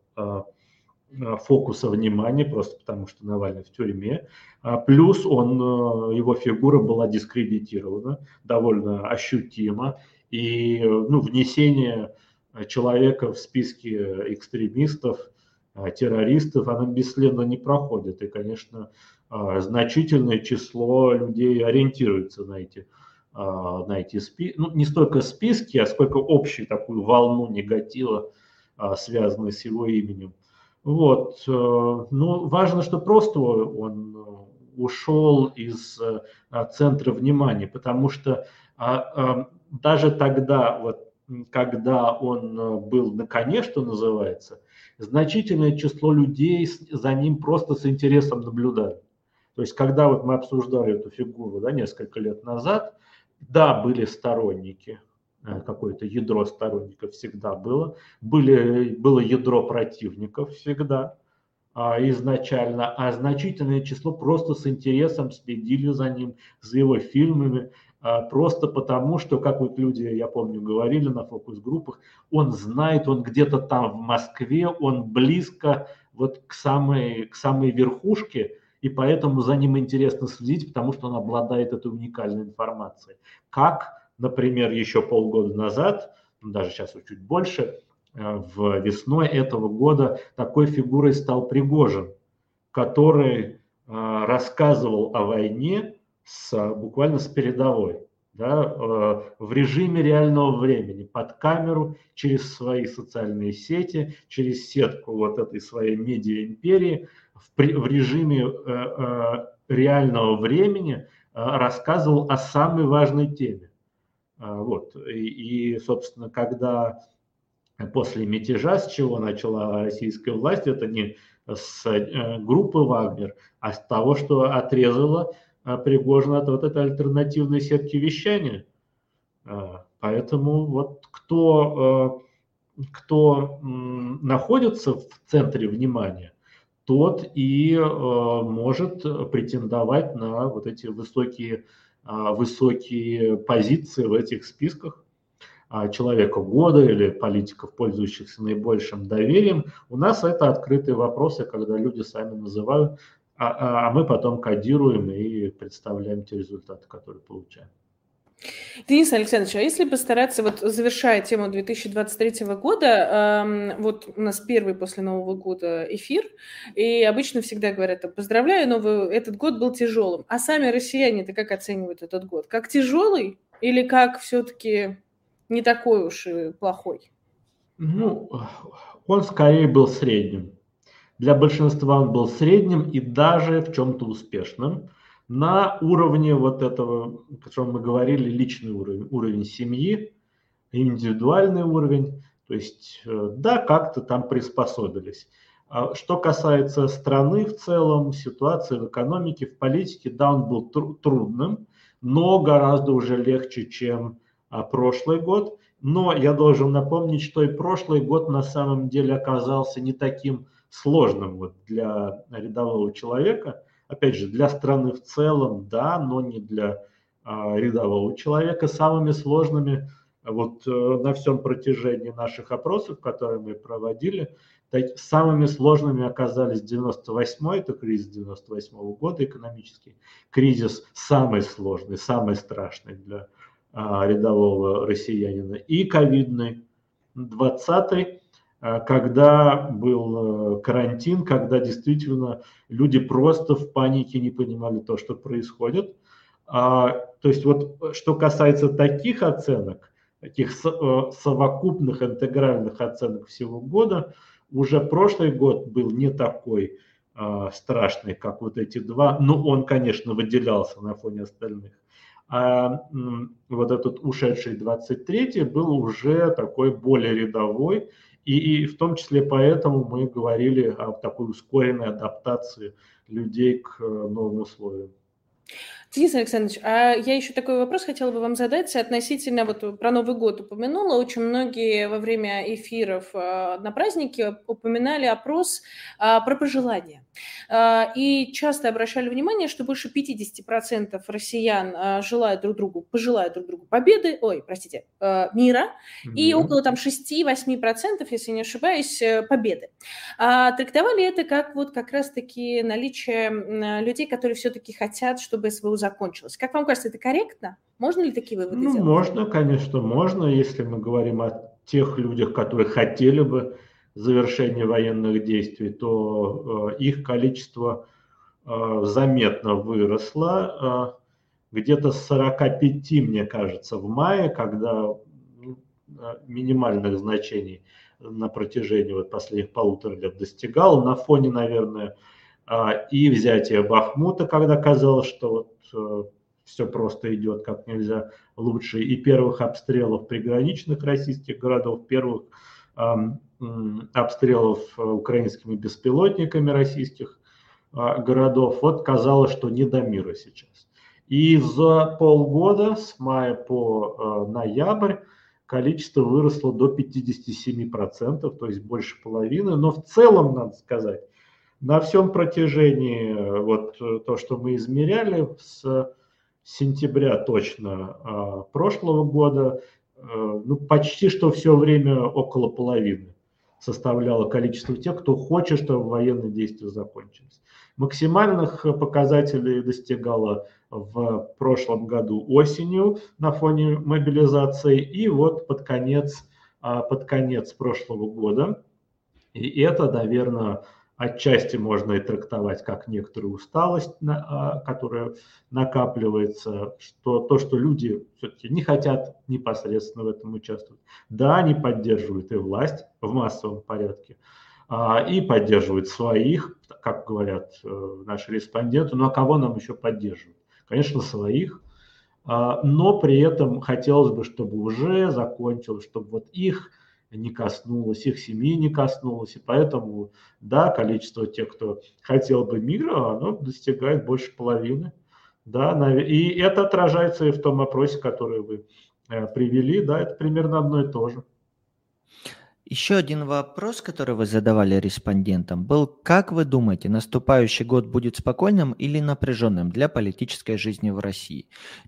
фокуса внимания, просто потому что Навальный в тюрьме. Плюс его фигура была дискредитирована довольно ощутимо. И внесение человека в списки экстремистов, террористов, оно бесследно не проходит. И, конечно, значительное число людей ориентируется на эти списки. Ну, не столько списки, а сколько общую такую волну негатива, связанную с его именем. Вот. Ну, важно, что просто он ушел из центра внимания, потому что даже тогда, вот, когда он был на коне, что называется, значительное число людей за ним просто с интересом наблюдали. То есть, когда вот мы обсуждали эту фигуру, да, несколько лет назад, да, были сторонники, какое-то ядро сторонников всегда было ядро противников всегда изначально, а значительное число просто с интересом следили за ним, за его фильмами, просто потому, что, как вот люди, я помню, говорили на фокус-группах, он знает, он где-то там в Москве, он близко вот к самой верхушке, и поэтому за ним интересно следить, потому что он обладает этой уникальной информацией. Как, например, еще полгода назад, даже сейчас чуть больше, весной этого года такой фигурой стал Пригожин, который рассказывал о войне буквально с передовой, да, в режиме реального времени, под камеру, через свои социальные сети, через сетку вот этой своей медиа-империи, в режиме реального времени рассказывал о самой важной теме. Вот. И, собственно, когда после мятежа, с чего начала российская власть, это не с группы «Вагнер», а с того, что отрезала Пригожина от вот этой альтернативной сетки вещания. Поэтому вот кто находится в центре внимания, тот и может претендовать на вот эти высокие позиции в этих списках человека года или политиков, пользующихся наибольшим доверием. У нас это открытые вопросы, когда люди сами называют, а мы потом кодируем и представляем те результаты, которые получаем. Денис Александрович, а если постараться, вот завершая тему 2023 года, вот у нас первый после Нового года эфир, и обычно всегда говорят, поздравляю, этот год был тяжелым. А сами россияне-то как оценивают этот год? Как тяжелый или как все-таки не такой уж и плохой? Ну, он скорее был средним. Для большинства он был средним и даже в чем-то успешным. На уровне вот этого, о чем мы говорили, личный уровень семьи, индивидуальный уровень. То есть, да, как-то там приспособились. Что касается страны в целом, ситуации в экономике, в политике, да, он был трудным, но гораздо уже легче, чем прошлый год. Но я должен напомнить, что и прошлый год на самом деле оказался не таким сложным вот для рядового человека. Опять же, для страны в целом, да, но не для рядового человека. Самыми сложными вот на всем протяжении наших опросов, которые мы проводили, самыми сложными оказались 98-й, это кризис 98-го года, экономический кризис, самый сложный, самый страшный для рядового россиянина, и ковидный 20-й, когда был карантин, когда действительно люди просто в панике не понимали то, что происходит. То есть вот что касается таких оценок, таких совокупных интегральных оценок всего года, уже прошлый год был не такой страшный, как вот эти два, но он, конечно, выделялся на фоне остальных. А вот этот ушедший 23-й был уже такой более рядовой, и в том числе поэтому мы говорили о такой ускоренной адаптации людей к новым условиям. Денис Александрович, а я еще такой вопрос хотела бы вам задать относительно, вот про Новый год упомянула, очень многие во время эфиров на праздники упоминали опрос про пожелания. И часто обращали внимание, что больше 50% россиян пожелают друг другу победы, мира, и около там 6-8%, если не ошибаюсь, победы. Трактовали это как вот как раз-таки наличие людей, которые все-таки хотят, чтобы СВО закончилось. Как вам кажется, это корректно? Можно ли такие выводы делать? Можно, конечно, можно, если мы говорим о тех людях, которые хотели бы завершения военных действий, то их количество заметно выросло. Где-то с 45, мне кажется, в мае, когда минимальных значений на протяжении вот последних 1,5 лет достигал, на фоне, наверное, и взятия Бахмута, когда казалось, что вот все просто идет как нельзя лучше, и первых обстрелов приграничных российских городов, первых обстрелов украинскими беспилотниками российских городов, вот казалось, что не до мира сейчас. И за полгода, с мая по ноябрь, количество выросло до 57%, то есть больше половины, но в целом, надо сказать, на всем протяжении, вот то, что мы измеряли с сентября точно прошлого года, ну, почти что все время около половины составляло количество тех, кто хочет, чтобы военные действия закончились. Максимальных показателей достигало в прошлом году осенью на фоне мобилизации, и вот под конец под конец прошлого года. И это, наверное, отчасти можно и трактовать как некоторую усталость, которая накапливается, что то, что люди все-таки не хотят непосредственно в этом участвовать. Да, они поддерживают и власть в массовом порядке, и поддерживают своих, как говорят наши респонденты. Ну а кого нам еще поддерживать? Конечно, своих. Но при этом хотелось бы, чтобы уже закончилось, чтобы вот их не коснулось, их семьи не коснулось. И поэтому, да, количество тех, кто хотел бы мира, оно достигает больше половины. Да, и это отражается и в том опросе, который вы привели. Да, это примерно одно и то же. Еще один вопрос, который вы задавали респондентам, был: как вы думаете, наступающий год будет спокойным или напряженным для политической жизни в России?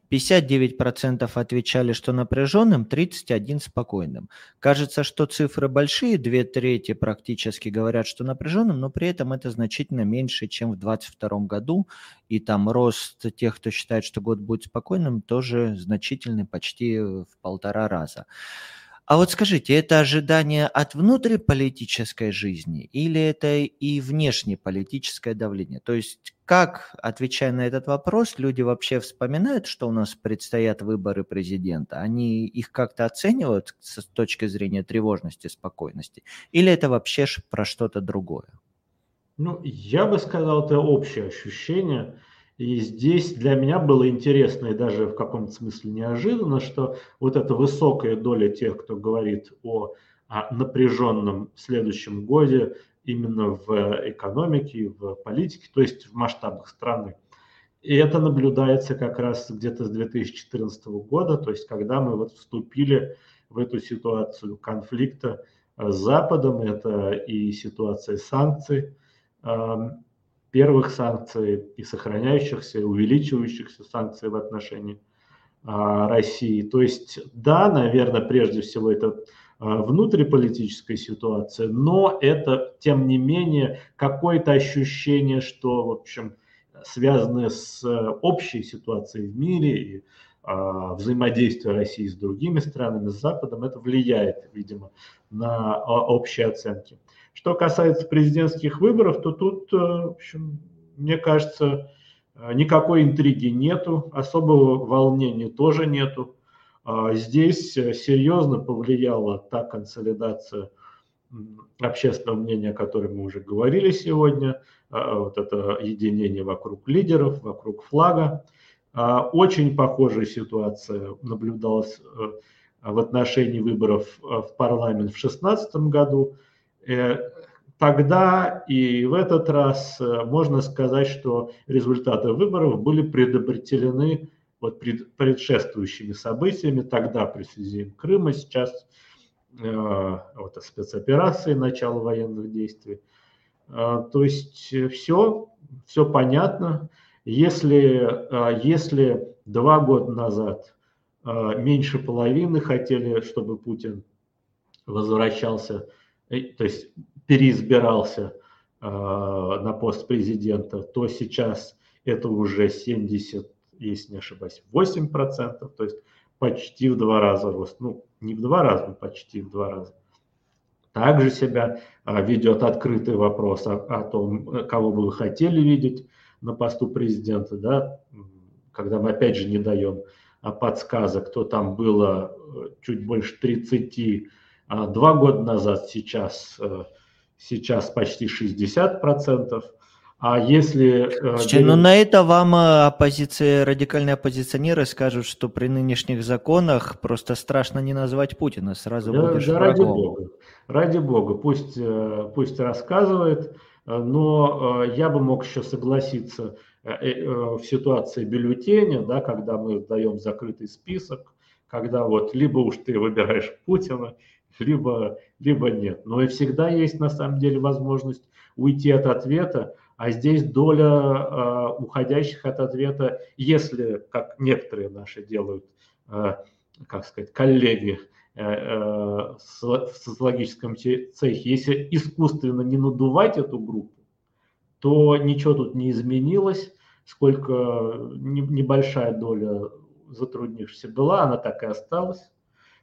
59% отвечали, что напряженным, 31% спокойным. Кажется, что цифры большие, 2/3 практически говорят, что напряженным, но при этом это значительно меньше, чем в 2022 году. И там рост тех, кто считает, что год будет спокойным, тоже значительный, почти в 1,5 раза. А вот скажите, это ожидание от внутриполитической жизни или это и внешнеполитическое давление? То есть как, отвечая на этот вопрос, люди вообще вспоминают, что у нас предстоят выборы президента? Они их как-то оценивают с точки зрения тревожности, спокойности? Или это вообще про что-то другое? Ну, я бы сказал, это общее ощущение. И здесь для меня было интересно и даже в каком-то смысле неожиданно, что вот эта высокая доля тех, кто говорит о напряженном следующем годе именно в экономике, в политике, то есть в масштабах страны. И это наблюдается как раз где-то с 2014 года, то есть когда мы вот вступили в эту ситуацию конфликта с Западом, это и ситуация санкций, первых санкций и сохраняющихся, и увеличивающихся санкций в отношении России. То есть, да, наверное, прежде всего это внутриполитическая ситуация, но это, тем не менее, какое-то ощущение, что, в общем, связанное с общей ситуацией в мире и взаимодействие России с другими странами, с Западом, это влияет, видимо, на общие оценки. Что касается президентских выборов, то тут, в общем, мне кажется, никакой интриги нету, особого волнения тоже нету. Здесь серьезно повлияла та консолидация общественного мнения, о которой мы уже говорили сегодня, вот это единение вокруг лидеров, вокруг флага. Очень похожая ситуация наблюдалась в отношении выборов в парламент в 2016 году. Тогда и в этот раз можно сказать, что результаты выборов были предопределены вот предшествующими событиями. Тогда присоединением Крыма, сейчас вот спецоперации, начало военных действий. То есть все понятно. Если 2 года назад меньше половины хотели, чтобы Путин возвращался, то есть переизбирался на пост президента, то сейчас это уже 70, если не ошибаюсь, 8%, то есть почти в 2 раза рост. Ну, не в 2 раза, но почти в 2 раза. Также себя ведет открытый вопрос о том, кого бы вы хотели видеть на посту президента, да, когда мы опять же не даем подсказок, кто там было чуть больше 30 2 года назад, сейчас почти 60%. А если... Ну на это вам радикальные оппозиционеры скажут, что при нынешних законах просто страшно не назвать Путина, сразу будешь врагом. Ради бога, пусть рассказывает, но я бы мог еще согласиться в ситуации бюллетеня, да, когда мы даем закрытый список, когда вот либо уж ты выбираешь Путина, либо нет. Но и всегда есть на самом деле возможность уйти от ответа, а здесь доля уходящих от ответа, если, как некоторые наши делают, как сказать, коллеги в социологическом цехе, если искусственно не надувать эту группу, то ничего тут не изменилось, сколько небольшая доля затруднившихся была, она так и осталась.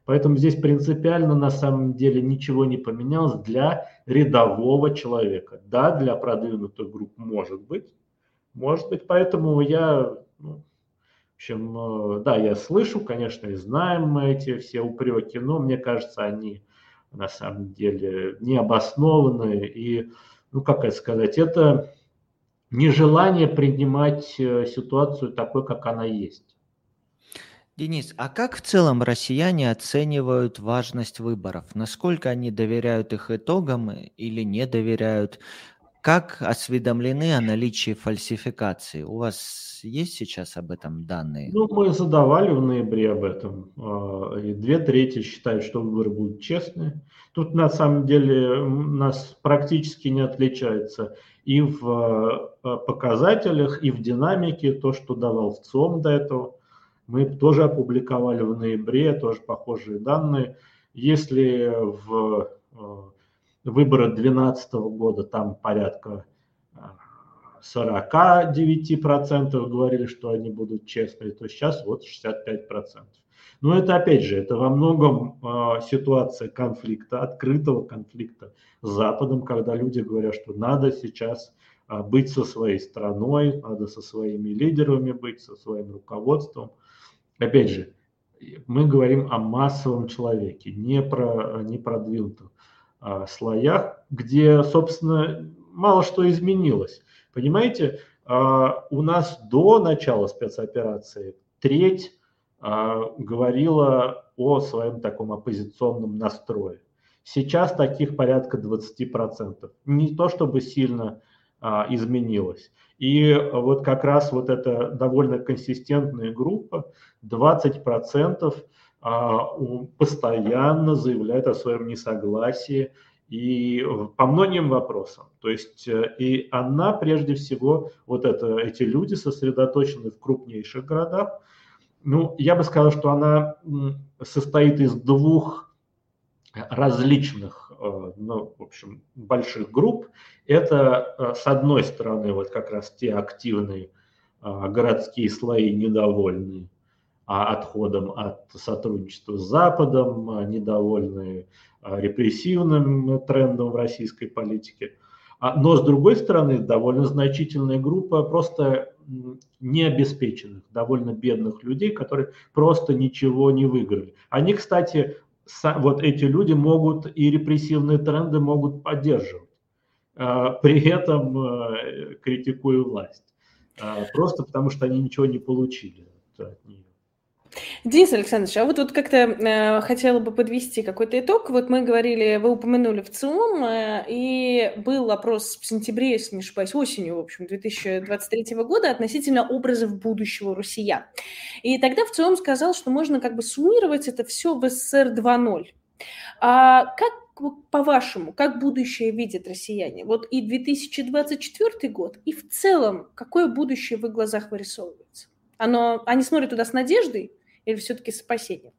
Поэтому здесь принципиально на самом деле ничего не поменялось для рядового человека. Да, для продвинутых групп может быть, поэтому я, в общем, да, я слышу, конечно, и знаем мы эти все упреки, но мне кажется, они на самом деле не обоснованы и, как это сказать, это нежелание принимать ситуацию такой, как она есть. Денис, а как в целом россияне оценивают важность выборов? Насколько они доверяют их итогам или не доверяют? Как осведомлены о наличии фальсификации? У вас есть сейчас об этом данные? Мы задавали в ноябре об этом, и 2/3 считают, что выборы будут честные. Тут на самом деле нас практически не отличается и в показателях, и в динамике, то, что давал ВЦИОМ до этого. Мы тоже опубликовали в ноябре, тоже похожие данные. Если в выборы 2012 года там порядка 49% говорили, что они будут честные, то сейчас вот 65%. Но это опять же, это во многом ситуация конфликта, открытого конфликта с Западом, когда люди говорят, что надо сейчас быть со своей страной, надо со своими лидерами быть, со своим руководством. Опять же, мы говорим о массовом человеке, не про продвинутых слоях, где, собственно, мало что изменилось. Понимаете, у нас до начала спецоперации треть говорила о своем таком оппозиционном настрое. Сейчас таких порядка 20%. Не то чтобы сильно изменилось. И вот как раз вот эта довольно консистентная группа, 20% постоянно заявляет о своем несогласии и по многим вопросам. То есть и она прежде всего, эти люди сосредоточены в крупнейших городах. Я бы сказал, что она состоит из двух различных, в общем, больших групп. Это, с одной стороны, вот как раз те активные городские слои, недовольные отходом от сотрудничества с Западом, недовольные репрессивным трендом в российской политике. Но, с другой стороны, довольно значительная группа просто необеспеченных, довольно бедных людей, которые просто ничего не выиграли. Они, кстати, вот эти люди могут и репрессивные тренды могут поддерживать, при этом критикуя власть. Просто потому, что они ничего не получили от нее. Денис Александрович, а вот как-то хотела бы подвести какой-то итог. Вот мы говорили, вы упомянули ВЦИОМ, и был опрос в сентябре, если не ошибаюсь, осенью, в общем, 2023 года относительно образов будущего россиян. И тогда ВЦИОМ сказал, что можно как бы суммировать это все в СССР 2.0. А как, по-вашему, как будущее видят россияне? Вот и 2024 год, и в целом, какое будущее в их глазах вырисовывается? Они смотрят туда с надеждой или все-таки с опасением?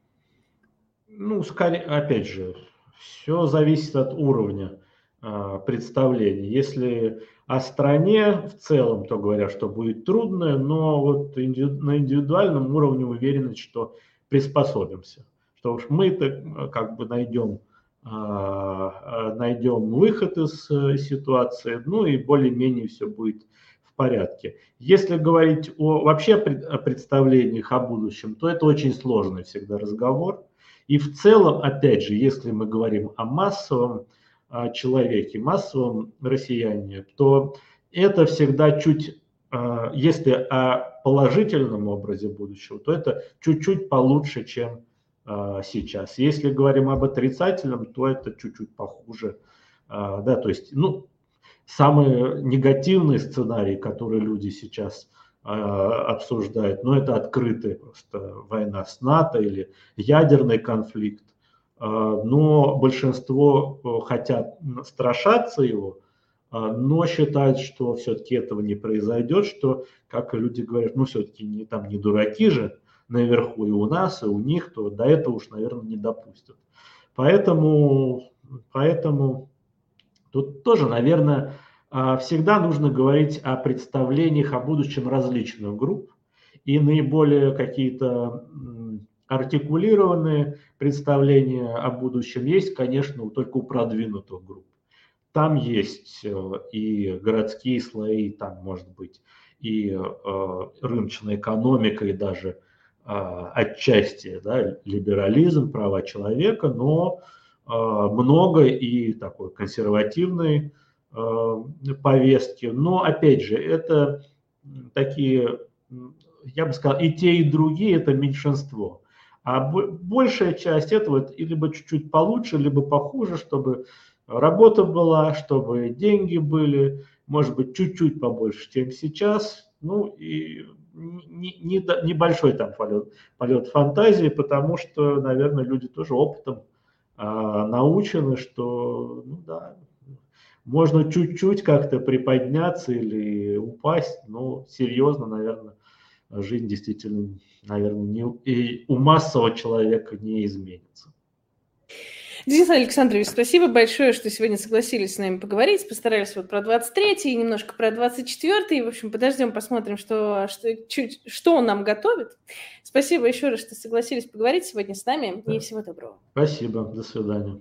Скорее, опять же, все зависит от уровня представлений. Если о стране в целом, то говорят, что будет трудно, но вот на индивидуальном уровне уверенность, что приспособимся. Что уж мы-то как бы найдем выход из ситуации, и более-менее все будет в порядке. Если говорить вообще о представлениях о будущем, то это очень сложный всегда разговор. И в целом, опять же, если мы говорим о массовом человеке, массовом россиянине, то это всегда если о положительном образе будущего, то это чуть-чуть получше, чем сейчас. Если говорим об отрицательном, то это чуть-чуть похуже. Да, то есть, самый негативный сценарий, который люди сейчас обсуждают, это открытая просто война с НАТО или ядерный конфликт. Но большинство хотят страшаться его, но считают, что все-таки этого не произойдет, что, как люди говорят, все-таки не дураки же наверху и у нас, и у них, то до этого уж, наверное, не допустят. Поэтому тут тоже, наверное, всегда нужно говорить о представлениях о будущем различных групп, и наиболее какие-то артикулированные представления о будущем есть, конечно, только у продвинутых групп. Там есть и городские слои, там может быть и рыночная экономика, и даже отчасти, да, либерализм, права человека, но много и такой консервативной повестки. Но опять же, это такие, я бы сказал, и те, и другие это меньшинство. А большая часть это вот либо чуть-чуть получше, либо похуже, чтобы работа была, чтобы деньги были, может быть, чуть-чуть побольше, чем сейчас. Ну и небольшой там полет фантазии, потому что, наверное, люди тоже опытом научены, что, ну да, можно чуть-чуть как-то приподняться или упасть, но серьезно, наверное, жизнь действительно, наверное, и у массового человека не изменится. Денис Александрович, спасибо большое, что сегодня согласились с нами поговорить. Постарались вот про 23-й и немножко про 24-й. В общем, подождем, посмотрим, что он нам готовит. Спасибо еще раз, что согласились поговорить сегодня с нами. И всего доброго. Спасибо. До свидания.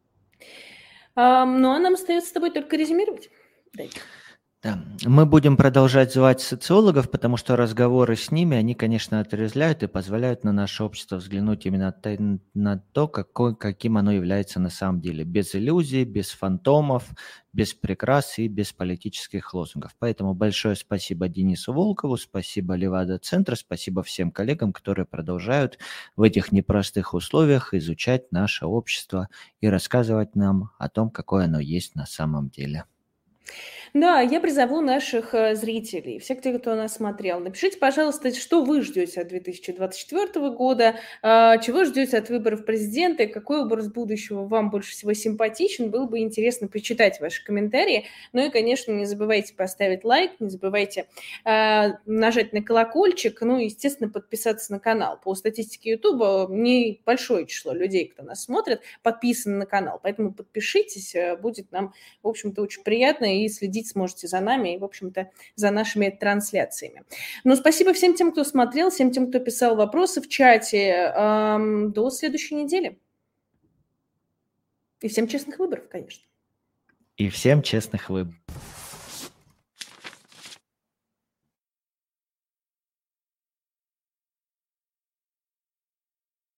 Ну, а нам остается с тобой только резюмировать. Да. Мы будем продолжать звать социологов, потому что разговоры с ними, они, конечно, отрезвляют и позволяют на наше общество взглянуть именно на то, каким оно является на самом деле. Без иллюзий, без фантомов, без прикрас и без политических лозунгов. Поэтому большое спасибо Денису Волкову, спасибо Левада-центру, спасибо всем коллегам, которые продолжают в этих непростых условиях изучать наше общество и рассказывать нам о том, какое оно есть на самом деле. Да, я призову наших зрителей, всех тех, кто нас смотрел. Напишите, пожалуйста, что вы ждете от 2024 года, чего ждете от выборов президента, и какой образ будущего вам больше всего симпатичен. Было бы интересно почитать ваши комментарии. Ну и, конечно, не забывайте поставить лайк, не забывайте нажать на колокольчик, ну и, естественно, подписаться на канал. По статистике YouTube небольшое число людей, кто нас смотрит, подписаны на канал. Поэтому подпишитесь, будет нам, в общем-то, очень приятно, и следить сможете за нами и, в общем-то, за нашими трансляциями. Ну, спасибо всем тем, кто смотрел, всем тем, кто писал вопросы в чате. До следующей недели. И всем честных выборов, конечно. И всем честных выборов.